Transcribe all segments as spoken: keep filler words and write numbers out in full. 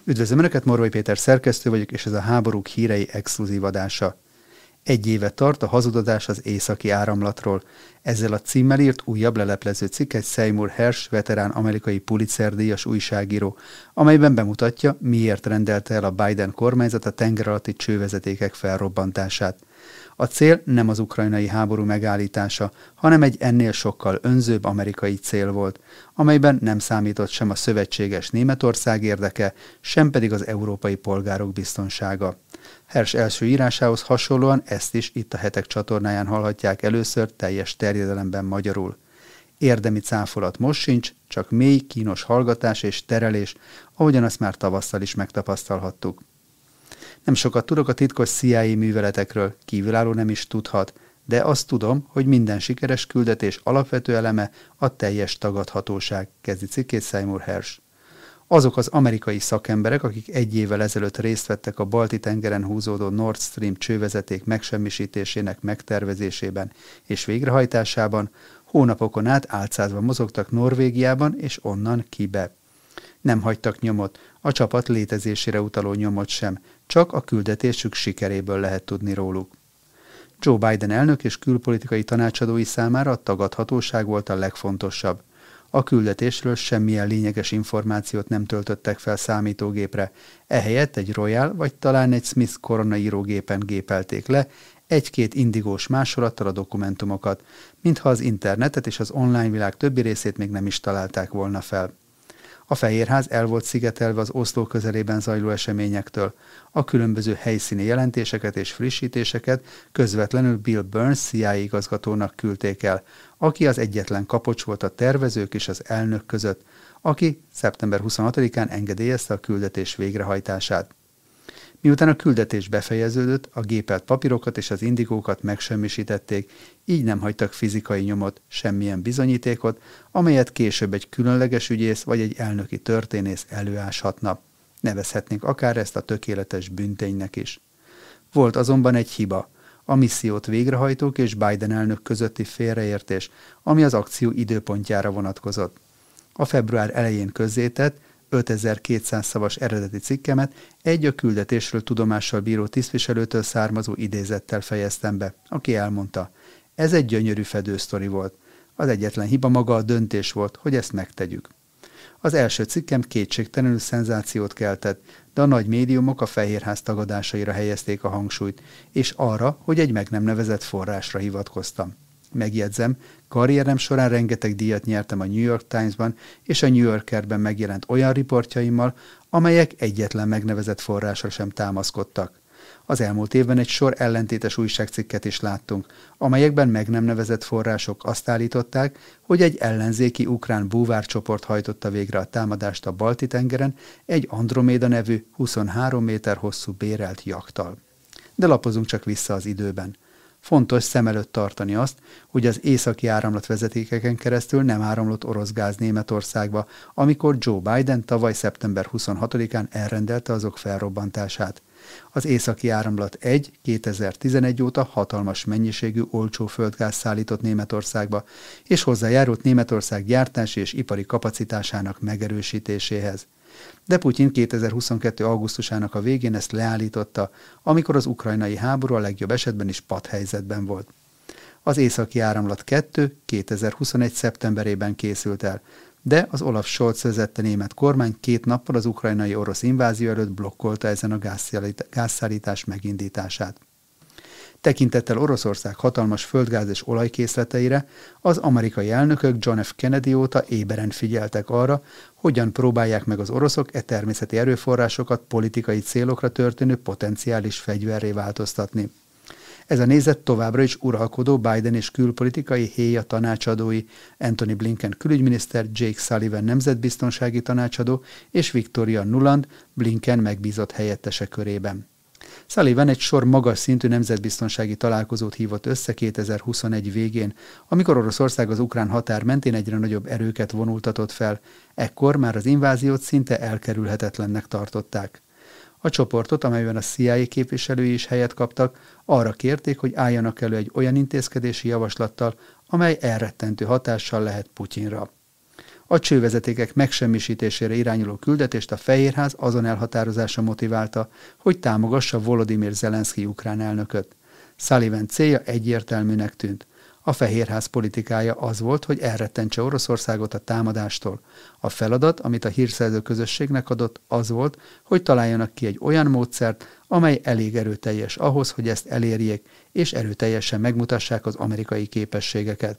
Üdvözlöm Önöket, Morvai Péter szerkesztő vagyok, és ez a Háborúk hírei exkluzív adása. Egy éve tart a hazudozás az északi áramlatról. Ezzel a címmel írt újabb leleplező cikk egy Seymour Hersh, veterán amerikai Pulitzer-díjas újságíró, amelyben bemutatja, miért rendelte el a Biden kormányzat a tengeralatti csővezetékek felrobbantását. A cél nem az ukrajnai háború megállítása, hanem egy ennél sokkal önzőbb amerikai cél volt, amelyben nem számított sem a szövetséges Németország érdeke, sem pedig az európai polgárok biztonsága. Hersh első írásához hasonlóan ezt is itt a Hetek csatornáján hallhatják először teljes terjedelemben magyarul. Érdemi cáfolat most sincs, csak mély, kínos hallgatás és terelés, ahogyan azt már tavasszal is megtapasztalhattuk. Nem sokat tudok a titkos C I A műveletekről, kívülálló nem is tudhat, de azt tudom, hogy minden sikeres küldetés alapvető eleme a teljes tagadhatóság, kezdi cikkét Seymour Hersh. Azok az amerikai szakemberek, akik egy évvel ezelőtt részt vettek a Balti-tengeren húzódó Nord Stream csővezeték megsemmisítésének megtervezésében és végrehajtásában, hónapokon át álcázva mozogtak Norvégiában és onnan kibe. Nem hagytak nyomot, a csapat létezésére utaló nyomot sem, csak a küldetésük sikeréből lehet tudni róluk. Joe Biden elnök és külpolitikai tanácsadói számára a tagadhatóság volt a legfontosabb. A küldetésről semmilyen lényeges információt nem töltöttek fel számítógépre, ehelyett egy Royal vagy talán egy Smith koronaírógépen gépelték le, egy-két indigós másolattal a dokumentumokat, mintha az internetet és az online világ többi részét még nem is találták volna fel. A Fehérház el volt szigetelve az Oszló közelében zajló eseményektől. A különböző helyszíni jelentéseket és frissítéseket közvetlenül Bill Burns C I A igazgatónak küldték el, aki az egyetlen kapocs volt a tervezők és az elnök között, aki szeptember huszonhatodikán engedélyezte a küldetés végrehajtását. Miután a küldetés befejeződött, a gépelt papírokat és az indigókat megsemmisítették, így nem hagytak fizikai nyomot, semmilyen bizonyítékot, amelyet később egy különleges ügyész vagy egy elnöki történész előáshatna. Nevezhetnénk akár ezt a tökéletes bűnténynek is. Volt azonban egy hiba, a missziót végrehajtók és Biden elnök közötti félreértés, ami az akció időpontjára vonatkozott. A február elején közzétett, ötezer-kétszáz szavas eredeti cikkemet egy a küldetésről tudomással bíró tisztviselőtől származó idézettel fejeztem be, aki elmondta, ez egy gyönyörű fedősztori volt. Az egyetlen hiba maga a döntés volt, hogy ezt megtegyük. Az első cikkem kétségtelenül szenzációt keltett, de a nagy médiumok a Fehérház tagadásaira helyezték a hangsúlyt, és arra, hogy egy meg nem nevezett forrásra hivatkoztam. Megjegyzem, karrierem során rengeteg díjat nyertem a New York Times-ban és a New Yorkerben megjelent olyan riportjaimmal, amelyek egyetlen megnevezett forrásra sem támaszkodtak. Az elmúlt évben egy sor ellentétes újságcikket is láttunk, amelyekben meg nem nevezett források azt állították, hogy egy ellenzéki ukrán búvárcsoport hajtotta végre a támadást a Balti-tengeren egy Androméda nevű huszonhárom méter hosszú bérelt jachttal. De lapozunk csak vissza az időben. Fontos szem előtt tartani azt, hogy az északi áramlatvezetékeken keresztül nem áramlott orosz gáz Németországba, amikor Joe Biden tavaly szeptember huszonhatodikán elrendelte azok felrobbantását. Az északi áramlat egy kétezer-tizenegy óta hatalmas mennyiségű olcsó földgáz szállított Németországba, és hozzájárult Németország gyártási és ipari kapacitásának megerősítéséhez. De Putyin kétezer-huszonkettő augusztusának a végén ezt leállította, amikor az ukrajnai háború a legjobb esetben is patthelyzetben volt. Az északi áramlat kettő kétezer-huszonegy szeptemberében készült el, de az Olaf Scholz vezette német kormány két nappal az ukrajnai orosz invázió előtt blokkolta ezen a gázszállítás megindítását. Tekintettel Oroszország hatalmas földgáz és olajkészleteire, az amerikai elnökök John F. Kennedy óta éberen figyeltek arra, hogyan próbálják meg az oroszok e természeti erőforrásokat politikai célokra történő potenciális fegyverré változtatni. Ez a nézet továbbra is uralkodó Biden és külpolitikai héja tanácsadói, Antony Blinken külügyminiszter, Jake Sullivan nemzetbiztonsági tanácsadó és Victoria Nuland, Blinken megbízott helyettese körében. Sullivan egy sor magas szintű nemzetbiztonsági találkozót hívott össze kétezer-huszonegy végén, amikor Oroszország az ukrán határ mentén egyre nagyobb erőket vonultatott fel, ekkor már az inváziót szinte elkerülhetetlennek tartották. A csoportot, amelyben a C I A képviselői is helyet kaptak, arra kérték, hogy álljanak elő egy olyan intézkedési javaslattal, amely elrettentő hatással lehet Putyinra. A csővezetékek megsemmisítésére irányuló küldetést a Fehérház azon elhatározása motiválta, hogy támogassa Volodymyr Zelenszkij ukrán elnököt. Sullivan célja egyértelműnek tűnt. A Fehérház politikája az volt, hogy elrettentse Oroszországot a támadástól. A feladat, amit a hírszerző közösségnek adott, az volt, hogy találjanak ki egy olyan módszert, amely elég erőteljes ahhoz, hogy ezt elérjék, és erőteljesen megmutassák az amerikai képességeket.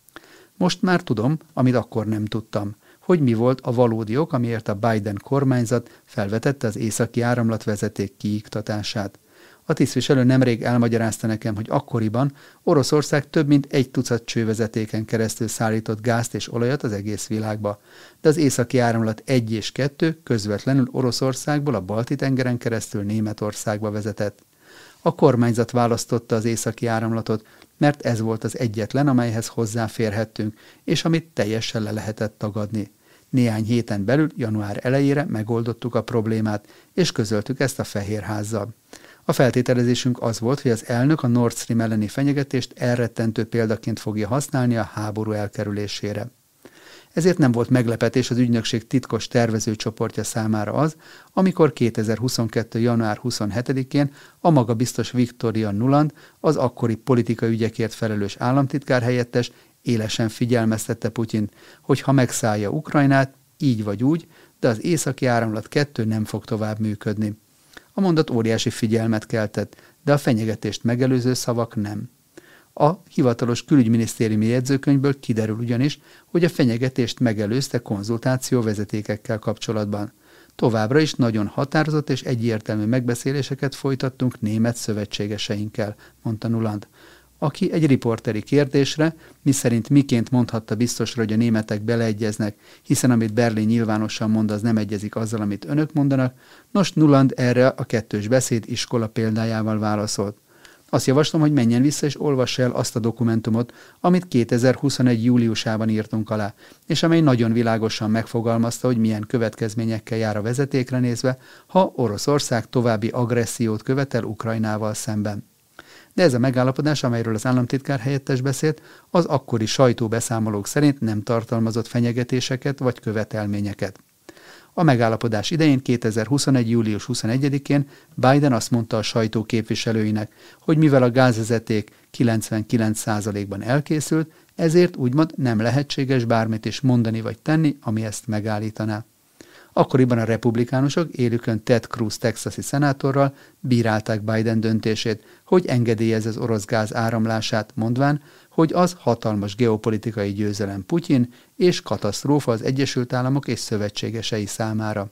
Most már tudom, amit akkor nem tudtam, hogy mi volt a valódi ok, amiért a Biden kormányzat felvetette az északi áramlatvezeték kiiktatását. A tisztviselő nemrég elmagyarázta nekem, hogy akkoriban Oroszország több mint egy tucat csővezetéken keresztül szállított gázt és olajat az egész világba, de az északi áramlat egy és kettő közvetlenül Oroszországból a Balti-tengeren keresztül Németországba vezetett. A kormányzat választotta az északi áramlatot, mert ez volt az egyetlen, amelyhez hozzáférhettünk, és amit teljesen le lehetett tagadni. Néhány héten belül, január elejére megoldottuk a problémát, és közöltük ezt a Fehérházzal. A feltételezésünk az volt, hogy az elnök a Nord Stream elleni fenyegetést elrettentő példaként fogja használni a háború elkerülésére. Ezért nem volt meglepetés az ügynökség titkos tervezőcsoportja számára az, amikor kétezer-huszonkettő. január huszonhetedikén a magabiztos Victoria Nuland, az akkori politikai ügyekért felelős államtitkár helyettes élesen figyelmeztette Putyint, hogy ha megszállja Ukrajnát, így vagy úgy, de az északi áramlat kettő nem fog tovább működni. A mondat óriási figyelmet keltett, de a fenyegetést megelőző szavak nem. A hivatalos külügyminisztériumi jegyzőkönyvből kiderül ugyanis, hogy a fenyegetést megelőzte konzultáció vezetékekkel kapcsolatban. Továbbra is nagyon határozott és egyértelmű megbeszéléseket folytattunk német szövetségeseinkkel, mondta Nuland, aki egy riporteri kérdésre, miszerint miként mondhatta biztosra, hogy a németek beleegyeznek, hiszen amit Berlin nyilvánosan mond, az nem egyezik azzal, amit önök mondanak. Nos, Nuland erre a kettős beszéd iskola példájával válaszolt. Azt javaslom, hogy menjen vissza és olvassa el azt a dokumentumot, amit kétezer-huszonegy. júliusában írtunk alá, és amely nagyon világosan megfogalmazta, hogy milyen következményekkel jár a vezetékre nézve, ha Oroszország további agressziót követel Ukrajnával szemben. De ez a megállapodás, amelyről az államtitkár helyettes beszélt, az akkori sajtóbeszámolók szerint nem tartalmazott fenyegetéseket vagy követelményeket. A megállapodás idején kétezer-huszonegy. július huszonegyedikén Biden azt mondta a sajtó képviselőinek, hogy mivel a gázvezeték kilencvenkilenc százalékban elkészült, ezért úgymond nem lehetséges bármit is mondani vagy tenni, ami ezt megállítaná. Akkoriban a republikánusok élükön Ted Cruz texasi szenátorral bírálták Biden döntését, hogy engedélyez az orosz gáz áramlását, mondván, hogy az hatalmas geopolitikai győzelem Putyin és katasztrófa az Egyesült Államok és szövetségesei számára.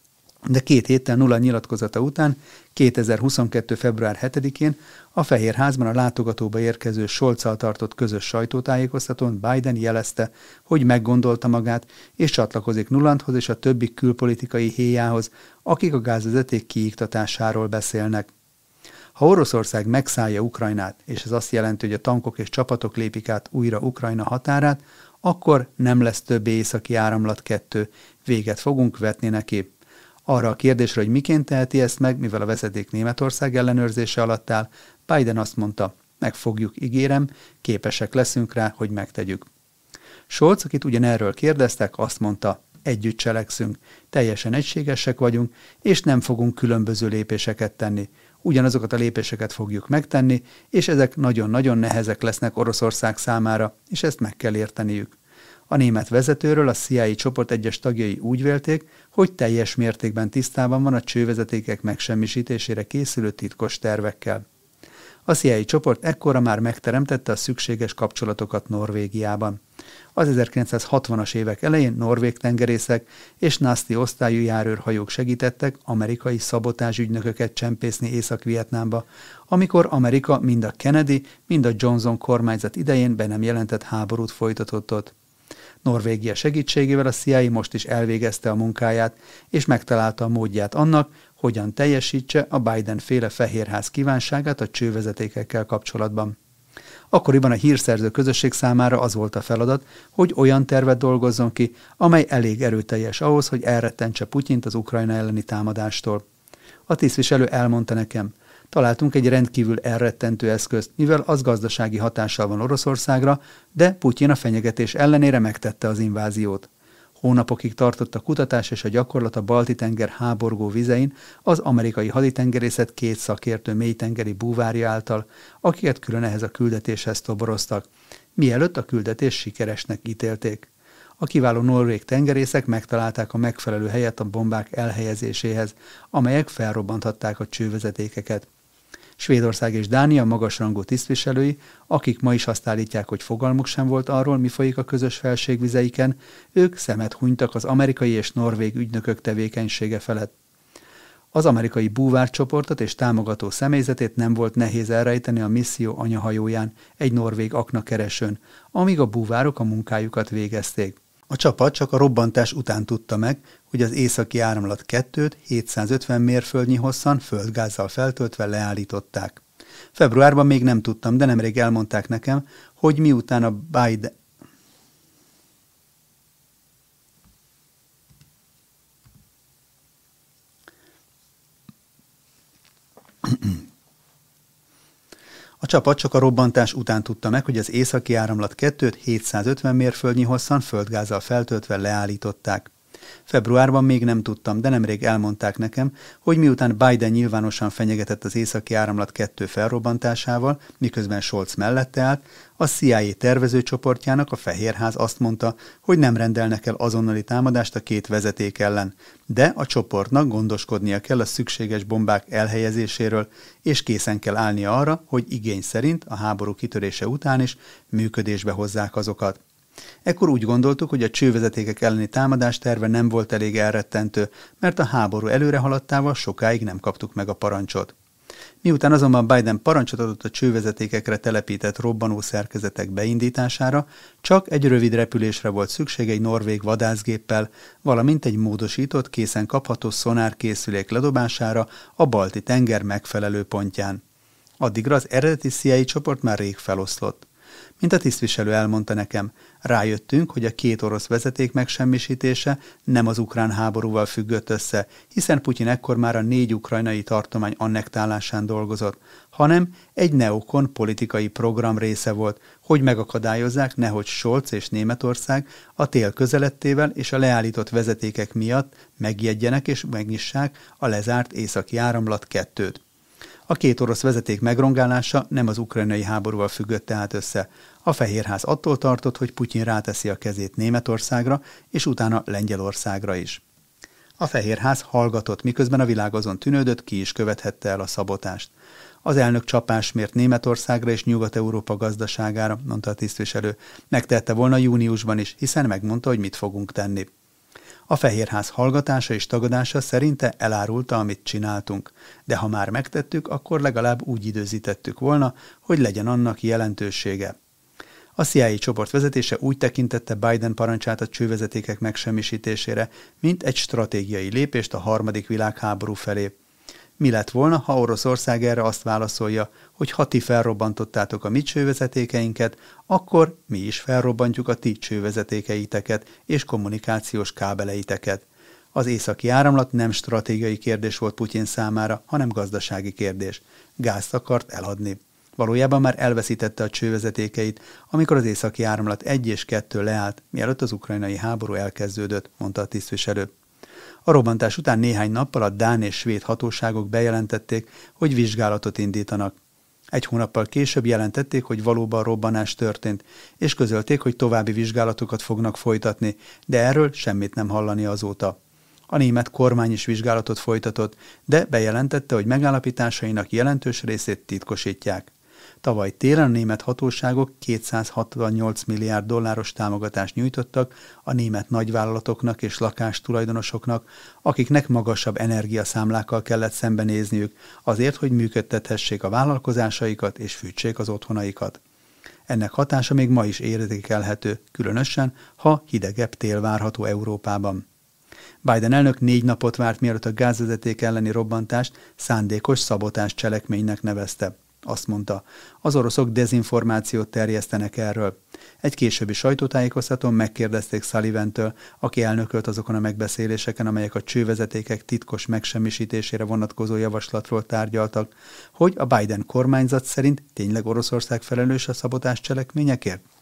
De két héttel nulla nyilatkozata után, kétezer-huszonkettő. február hetedikén a Fehérházban a látogatóba érkező Scholzzal tartott közös sajtótájékoztatón Biden jelezte, hogy meggondolta magát, és csatlakozik Nulandhoz és a többi külpolitikai héjához, akik a gázvezeték kiiktatásáról beszélnek. Ha Oroszország megszállja Ukrajnát, és ez azt jelenti, hogy a tankok és csapatok lépik át újra Ukrajna határát, akkor nem lesz többé északi áramlat kettő, véget fogunk vetni neki. Arra a kérdésre, hogy miként teheti ezt meg, mivel a vezeték Németország ellenőrzése alatt áll, Biden azt mondta, meg fogjuk, ígérem, képesek leszünk rá, hogy megtegyük. Scholz, akit ugyanerről kérdeztek, azt mondta, együtt cselekszünk, teljesen egységesek vagyunk, és nem fogunk különböző lépéseket tenni. Ugyanazokat a lépéseket fogjuk megtenni, és ezek nagyon-nagyon nehezek lesznek Oroszország számára, és ezt meg kell érteniük. A német vezetőről a C I A csoport egyes tagjai úgy vélték, hogy teljes mértékben tisztában van a csővezetékek megsemmisítésére készülő titkos tervekkel. A C I A csoport ekkora már megteremtette a szükséges kapcsolatokat Norvégiában. Az ezerkilencszázhatvanas évek elején norvég tengerészek és NASTI osztályú járőrhajók segítettek amerikai szabotázsügynököket csempészni Észak-Vietnámba, amikor Amerika mind a Kennedy, mind a Johnson kormányzat idején be nem jelentett háborút folytatott ott. Norvégia segítségével a C I A most is elvégezte a munkáját, és megtalálta a módját annak, hogyan teljesítse a Biden-féle Fehérház kívánságát a csővezetékekkel kapcsolatban. Akkoriban a hírszerző közösség számára az volt a feladat, hogy olyan tervet dolgozzon ki, amely elég erőteljes ahhoz, hogy elrettentse Putyint az Ukrajna elleni támadástól. A tisztviselő elmondta nekem, találtunk egy rendkívül elrettentő eszközt, mivel az gazdasági hatással van Oroszországra, de Putyin a fenyegetés ellenére megtette az inváziót. Hónapokig tartott a kutatás és a gyakorlat a Balti-tenger háborgó vizein az amerikai haditengerészet két szakértő mélytengeri búvárja által, akiket külön ehhez a küldetéshez toboroztak, mielőtt a küldetés sikeresnek ítélték. A kiváló norvég tengerészek megtalálták a megfelelő helyet a bombák elhelyezéséhez, amelyek felrobbanthatták a csővezetékeket. Svédország és Dánia magasrangú tisztviselői, akik ma is azt állítják, hogy fogalmuk sem volt arról, mi folyik a közös felségvizeiken, ők szemet hunytak az amerikai és norvég ügynökök tevékenysége felett. Az amerikai búvárcsoportot és támogató személyzetét nem volt nehéz elrejteni a misszió anyahajóján, egy norvég aknakeresőn, amíg a búvárok a munkájukat végezték. A csapat csak a robbantás után tudta meg, hogy az északi áramlat kettőt hétszázötven mérföldnyi hosszan földgázzal feltöltve leállították. Februárban még nem tudtam, de nemrég elmondták nekem, hogy miután a Biden... A csapat csak a robbantás után tudta meg, hogy az északi áramlat kettőt hétszázötven mérföldnyi hosszan földgázzal feltöltve leállították. Februárban még nem tudtam, de nemrég elmondták nekem, hogy miután Biden nyilvánosan fenyegetett az északi áramlat kettő felrobbantásával, miközben Scholz mellette állt, a C I A tervezőcsoportjának a Fehérház azt mondta, hogy nem rendelnek el azonnali támadást a két vezeték ellen, de a csoportnak gondoskodnia kell a szükséges bombák elhelyezéséről, és készen kell állnia arra, hogy igény szerint a háború kitörése után is működésbe hozzák azokat. Ekkor úgy gondoltuk, hogy a csővezetékek elleni támadás terve nem volt elég elrettentő, mert a háború előre haladtával sokáig nem kaptuk meg a parancsot. Miután azonban Biden parancsot adott a csővezetékekre telepített robbanó szerkezetek beindítására, csak egy rövid repülésre volt szükség egy norvég vadászgéppel, valamint egy módosított, készen kapható szonárkészülék ledobására a Balti-tenger megfelelő pontján. Addigra az eredeti C I A csoport már rég feloszlott. Mint a tisztviselő elmondta nekem, rájöttünk, hogy a két orosz vezeték megsemmisítése nem az ukrán háborúval függött össze, hiszen Putyin ekkor már a négy ukrajnai tartomány annektálásán dolgozott, hanem egy neokon politikai program része volt, hogy megakadályozzák, nehogy Scholz és Németország a tél közelettével és a leállított vezetékek miatt megjegyenek és megnyissák a lezárt északi áramlat kettőt. A két orosz vezeték megrongálása nem az ukrajnai háborúval függött tehát össze. A Fehérház attól tartott, hogy Putyin ráteszi a kezét Németországra, és utána Lengyelországra is. A Fehérház hallgatott, miközben a világ azon tűnődött, ki is követhette el a szabotást. Az elnök csapás mért Németországra és Nyugat-Európa gazdaságára, mondta a tisztviselő. Megtette volna júniusban is, hiszen megmondta, hogy mit fogunk tenni. A Fehérház hallgatása és tagadása szerinte elárulta, amit csináltunk, de ha már megtettük, akkor legalább úgy időzítettük volna, hogy legyen annak jelentősége. A C I A csoport vezetése úgy tekintette Biden parancsát a csővezetékek megsemmisítésére, mint egy stratégiai lépést a harmadik világháború felé. Mi lett volna, ha Oroszország erre azt válaszolja, hogy ha ti felrobbantottátok a mi csővezetékeinket, akkor mi is felrobbantjuk a ti csővezetékeiteket és kommunikációs kábeleiteket. Az északi áramlat nem stratégiai kérdés volt Putyin számára, hanem gazdasági kérdés. Gázt akart eladni. Valójában már elveszítette a csővezetékeit, amikor az északi áramlat egy és kettő leállt, mielőtt az ukrajnai háború elkezdődött, mondta a tisztviselő. A robbantás után néhány nappal a dán és svéd hatóságok bejelentették, hogy vizsgálatot indítanak. Egy hónappal később jelentették, hogy valóban robbanás történt, és közölték, hogy további vizsgálatokat fognak folytatni, de erről semmit nem hallani azóta. A német kormány is vizsgálatot folytatott, de bejelentette, hogy megállapításainak jelentős részét titkosítják. Tavaly télen a német hatóságok kétszázhatvannyolc milliárd dolláros támogatást nyújtottak a német nagyvállalatoknak és lakástulajdonosoknak, akiknek magasabb energiaszámlákkal kellett szembenézniük, azért, hogy működtethessék a vállalkozásaikat és fűtsék az otthonaikat. Ennek hatása még ma is érzékelhető, különösen, ha hidegebb tél várható Európában. Biden elnök négy napot várt, mielőtt a gázvezeték elleni robbantást szándékos szabotás cselekménynek nevezte. Azt mondta, az oroszok dezinformációt terjesztenek erről. Egy későbbi sajtótájékoztatón megkérdezték Sullivantől, aki elnökölt azokon a megbeszéléseken, amelyek a csővezetékek titkos megsemmisítésére vonatkozó javaslatról tárgyaltak, hogy a Biden kormányzat szerint tényleg Oroszország felelős a szabotás cselekményekért.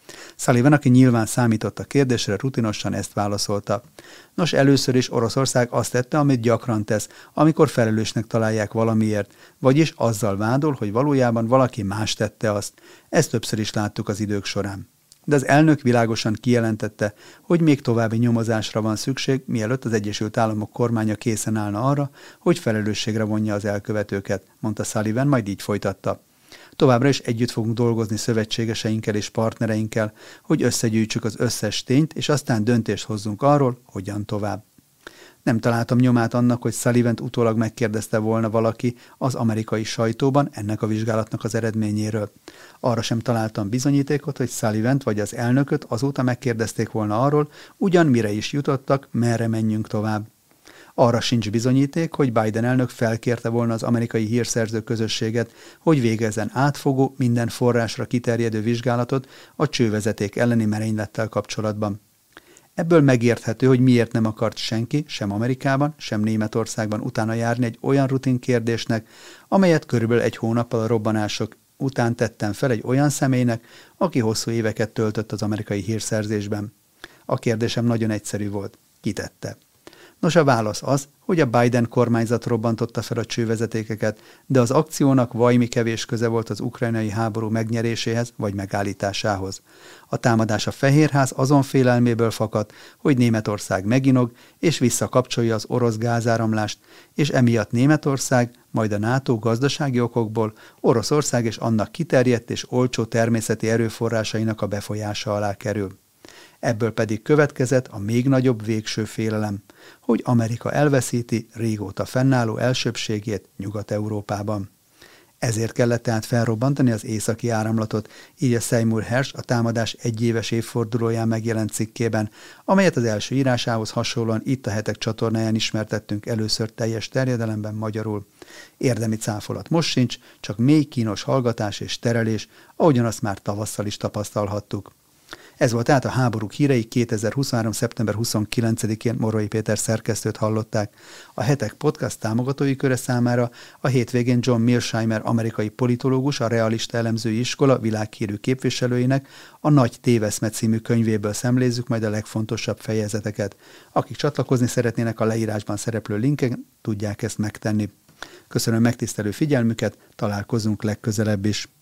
Sullivan, aki nyilván számított a kérdésre, rutinosan ezt válaszolta. Nos, először is Oroszország azt tette, amit gyakran tesz, amikor felelősnek találják valamiért, vagyis azzal vádol, hogy valójában valaki más tette azt. Ezt többször is láttuk az idők során. De az elnök világosan kijelentette, hogy még további nyomozásra van szükség, mielőtt az Egyesült Államok kormánya készen állna arra, hogy felelősségre vonja az elkövetőket, mondta Sullivan, majd így folytatta. Továbbra is együtt fogunk dolgozni szövetségeseinkkel és partnereinkkel, hogy összegyűjtsük az összes tényt, és aztán döntést hozzunk arról, hogyan tovább. Nem találtam nyomát annak, hogy Sullivant utólag megkérdezte volna valaki az amerikai sajtóban ennek a vizsgálatnak az eredményéről. Arra sem találtam bizonyítékot, hogy Sullivant vagy az elnököt azóta megkérdezték volna arról, ugyan mire is jutottak, merre menjünk tovább. Arra sincs bizonyíték, hogy Biden elnök felkérte volna az amerikai hírszerző közösséget, hogy végezzen átfogó, minden forrásra kiterjedő vizsgálatot a csővezeték elleni merénylettel kapcsolatban. Ebből megérthető, hogy miért nem akart senki, sem Amerikában, sem Németországban utána járni egy olyan rutin kérdésnek, amelyet körülbelül egy hónappal a robbanások után tettem fel egy olyan személynek, aki hosszú éveket töltött az amerikai hírszerzésben. A kérdésem nagyon egyszerű volt. Ki tette? Nos, a válasz az, hogy a Biden kormányzat robbantotta fel a csővezetékeket, de az akciónak vajmi kevés köze volt az ukrajnai háború megnyeréséhez vagy megállításához. A támadás a Fehérház azon félelméből fakadt, hogy Németország meginog és visszakapcsolja az orosz gázáramlást, és emiatt Németország, majd a NATO gazdasági okokból Oroszország és annak kiterjedt és olcsó természeti erőforrásainak a befolyása alá kerül. Ebből pedig következett a még nagyobb végső félelem, hogy Amerika elveszíti régóta fennálló elsőbbségét Nyugat-Európában. Ezért kellett tehát felrobbantani az északi áramlatot, írja Seymour Hersh a támadás egyéves évfordulóján megjelent cikkében, amelyet az első írásához hasonlóan itt a Hetek csatornáján ismertettünk először teljes terjedelemben magyarul. Érdemi cáfolat most sincs, csak mély kínos hallgatás és terelés, ahogyan azt már tavasszal is tapasztalhattuk. Ez volt tehát a háborúk hírei, kétezer-huszonhárom. szeptember huszonkilencedikén Morvai Péter szerkesztőt hallották. A Hetek podcast támogatói köre számára a hétvégén John Mearsheimer amerikai politológus, a Realista Elemzői Iskola világhírű képviselőinek a Nagy téveszme című könyvéből szemlézzük majd a legfontosabb fejezeteket. Akik csatlakozni szeretnének, a leírásban szereplő linken tudják ezt megtenni. Köszönöm megtisztelő figyelmüket, találkozunk legközelebb is.